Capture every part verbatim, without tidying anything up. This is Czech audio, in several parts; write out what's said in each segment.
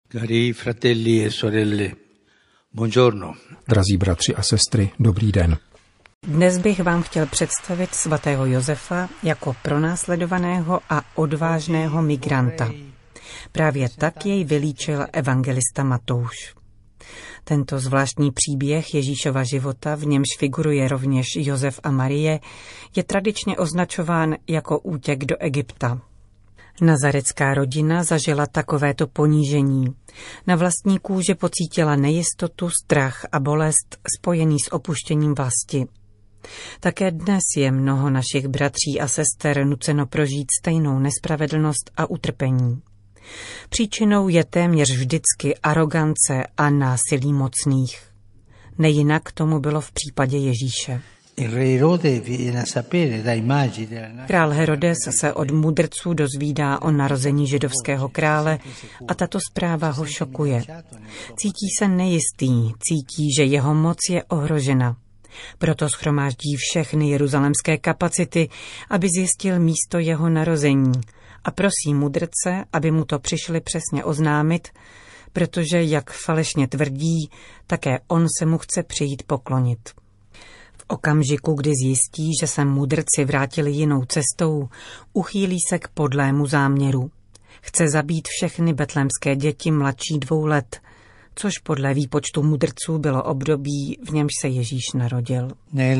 Cari fratelli e sorelle, buongiorno. Drazí bratři a sestry, dobrý den. Dnes bych vám chtěl představit svatého Josefa jako pronásledovaného a odvážného migranta. Právě tak jej vylíčil evangelista Matouš. Tento zvláštní příběh Ježíšova života, v němž figuruje rovněž Josef a Marie, je tradičně označován jako útěk do Egypta. Nazarecká rodina zažila takovéto ponížení. Na vlastní kůži pocítila nejistotu, strach a bolest spojený s opuštěním vlasti. Také dnes je mnoho našich bratří a sester nuceno prožít stejnou nespravedlnost a utrpení. Příčinou je téměř vždycky arogance a násilí mocných. Nejinak tomu bylo v případě Ježíše. Král Herodes se od mudrců dozvídá o narození židovského krále a tato zpráva ho šokuje. Cítí se nejistý, cítí, že jeho moc je ohrožena. Proto shromáždí všechny jeruzalemské kapacity, aby zjistil místo jeho narození a prosí mudrce, aby mu to přišli přesně oznámit, protože, jak falešně tvrdí, také on se mu chce přijít poklonit. V okamžiku, kdy zjistí, že se mudrci vrátili jinou cestou, uchýlí se k podlému záměru. Chce zabít všechny betlémské děti mladší dvou let, což podle výpočtu mudrců bylo období, v němž se Ježíš narodil.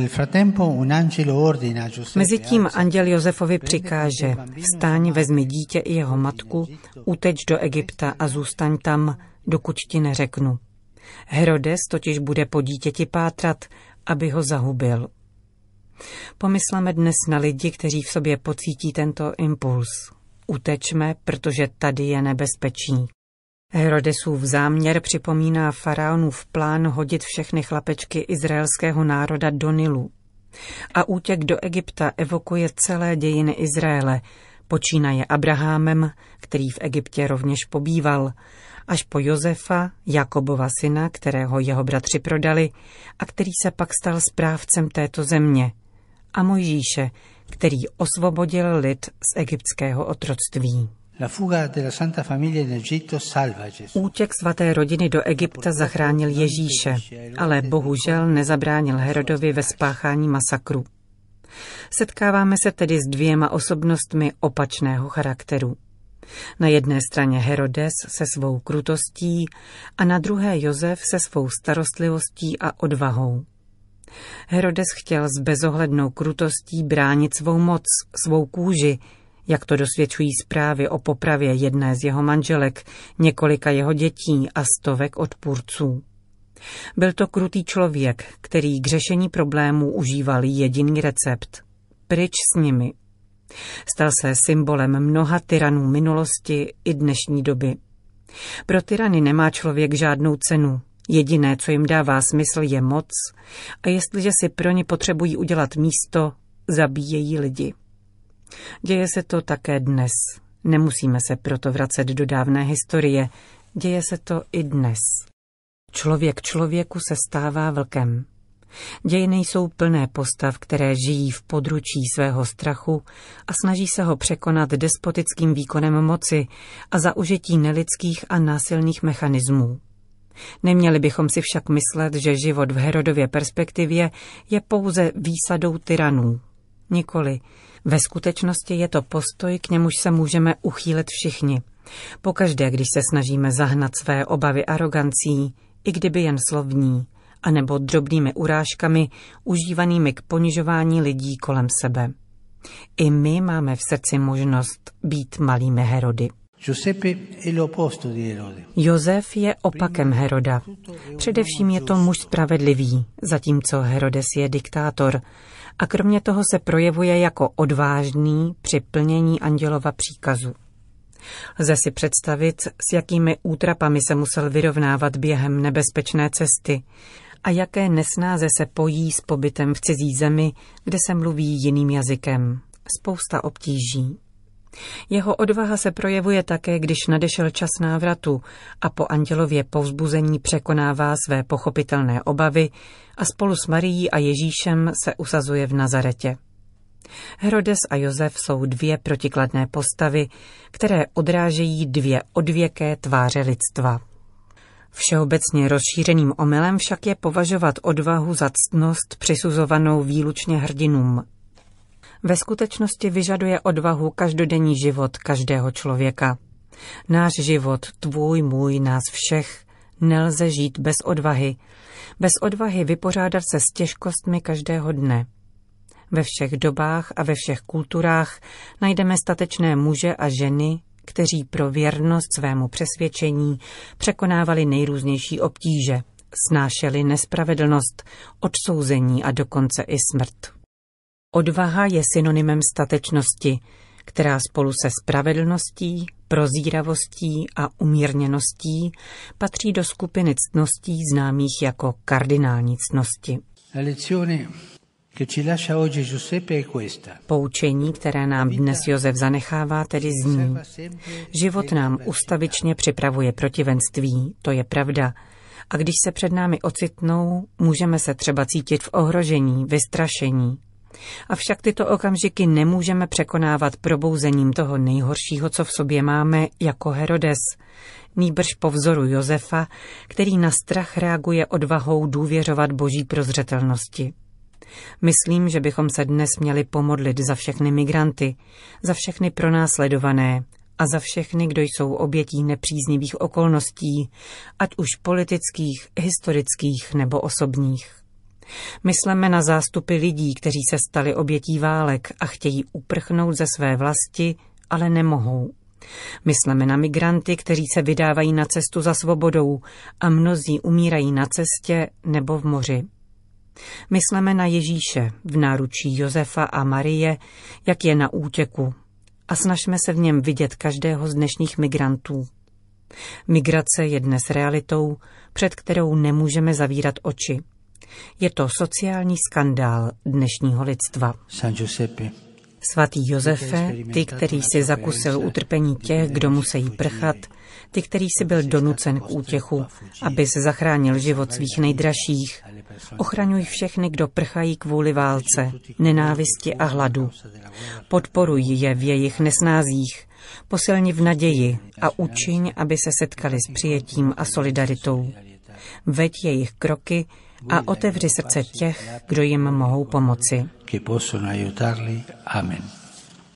Mezitím anděl Josefovi přikáže: vstaň, vezmi dítě i jeho matku, uteč do Egypta a zůstaň tam, dokud ti neřeknu. Herodes totiž bude po dítěti pátrat, aby ho zahubil. Pomysleme dnes na lidi, kteří v sobě pocítí tento impuls. Utečme, protože tady je nebezpečí. Herodesův záměr připomíná faraonův plán hodit všechny chlapečky izraelského národa do Nilu. A útěk do Egypta evokuje celé dějiny Izraele, počínaje Abrahamem, který v Egyptě rovněž pobýval, až po Josefa, Jakobova syna, kterého jeho bratři prodali a který se pak stal správcem této země, a Mojžíše, který osvobodil lid z egyptského otroctví. Útěk svaté rodiny do Egypta zachránil Ježíše, ale bohužel nezabránil Herodovi ve spáchání masakru. Setkáváme se tedy s dvěma osobnostmi opačného charakteru. Na jedné straně Herodes se svou krutostí a na druhé Josef se svou starostlivostí a odvahou. Herodes chtěl s bezohlednou krutostí bránit svou moc, svou kůži, jak to dosvědčují zprávy o popravě jedné z jeho manželek, několika jeho dětí a stovek odpůrců. Byl to krutý člověk, který k řešení problémů užíval jediný recept – pryč s nimi. Stal se symbolem mnoha tyranů minulosti i dnešní doby. Pro tyrany nemá člověk žádnou cenu. Jediné, co jim dává smysl, je moc, a jestliže si pro ně potřebují udělat místo, zabíjejí lidi. Děje se to také dnes. Nemusíme se proto vracet do dávné historie. Děje se to i dnes. Člověk člověku se stává vlkem. Dějiny jsou plné postav, které žijí v područí svého strachu a snaží se ho překonat despotickým výkonem moci a za užití nelidských a násilných mechanismů. Neměli bychom si však myslet, že život v Herodově perspektivě je pouze výsadou tyranů. Nikoli. Ve skutečnosti je to postoj, k němuž se můžeme uchýlit všichni. Pokaždé, když se snažíme zahnat své obavy arogancí, i kdyby jen slovní, anebo drobnými urážkami, užívanými k ponižování lidí kolem sebe. I my máme v srdci možnost být malými Herody. Josef je opakem Heroda. Především je to muž spravedlivý, zatímco Herodes je diktátor, a kromě toho se projevuje jako odvážný při plnění andělova příkazu. Lze si představit, s jakými útrapami se musel vyrovnávat během nebezpečné cesty a jaké nesnáze se pojí s pobytem v cizí zemi, kde se mluví jiným jazykem. Spousta obtíží. Jeho odvaha se projevuje také, když nadešel čas návratu a po andělově povzbuzení překonává své pochopitelné obavy a spolu s Marií a Ježíšem se usazuje v Nazaretě. Herodes a Josef jsou dvě protikladné postavy, které odrážejí dvě odvěké tváře lidstva. Všeobecně rozšířeným omylem však je považovat odvahu za ctnost přisuzovanou výlučně hrdinům. Ve skutečnosti vyžaduje odvahu každodenní život každého člověka. Náš život, tvůj, můj, nás všech, nelze žít bez odvahy. Bez odvahy vypořádat se s těžkostmi každého dne. Ve všech dobách a ve všech kulturách najdeme statečné muže a ženy, kteří pro věrnost svému přesvědčení překonávali nejrůznější obtíže, snášeli nespravedlnost, odsouzení a dokonce i smrt. Odvaha je synonymem statečnosti, která spolu se spravedlností, prozíravostí a umírněností patří do skupiny ctností známých jako kardinální ctnosti. Poučení, které nám dnes Josef zanechává, tedy zní: život nám ustavičně připravuje protivenství, to je pravda. A když se před námi ocitnou, můžeme se třeba cítit v ohrožení, vystrašení. Avšak tyto okamžiky nemůžeme překonávat probouzením toho nejhoršího, co v sobě máme, jako Herodes, nýbrž po vzoru Josefa, který na strach reaguje odvahou důvěřovat boží prozřetelnosti. Myslím, že bychom se dnes měli pomodlit za všechny migranty, za všechny pronásledované a za všechny, kdo jsou obětí nepříznivých okolností, ať už politických, historických nebo osobních. Mysleme na zástupy lidí, kteří se stali obětí válek a chtějí uprchnout ze své vlasti, ale nemohou. Mysleme na migranty, kteří se vydávají na cestu za svobodou a mnozí umírají na cestě nebo v moři. Mysleme na Ježíše v náručí Josefa a Marie, jak je na útěku, a snažme se v něm vidět každého z dnešních migrantů. Migrace je dnes realitou, před kterou nemůžeme zavírat oči. Je to sociální skandál dnešního lidstva. Svatý Josefe, ty, který si zakusil utrpení těch, kdo musí prchat, ty, který si byl donucen k útěchu, abys zachránil život svých nejdražších, ochraňuj všechny, kdo prchají kvůli válce, nenávisti a hladu. Podporuj je v jejich nesnázích, posilni v naději a učiň, aby se setkali s přijetím a solidaritou. Veď jejich kroky a otevři srdce těch, kdo jim mohou pomoci. Amen.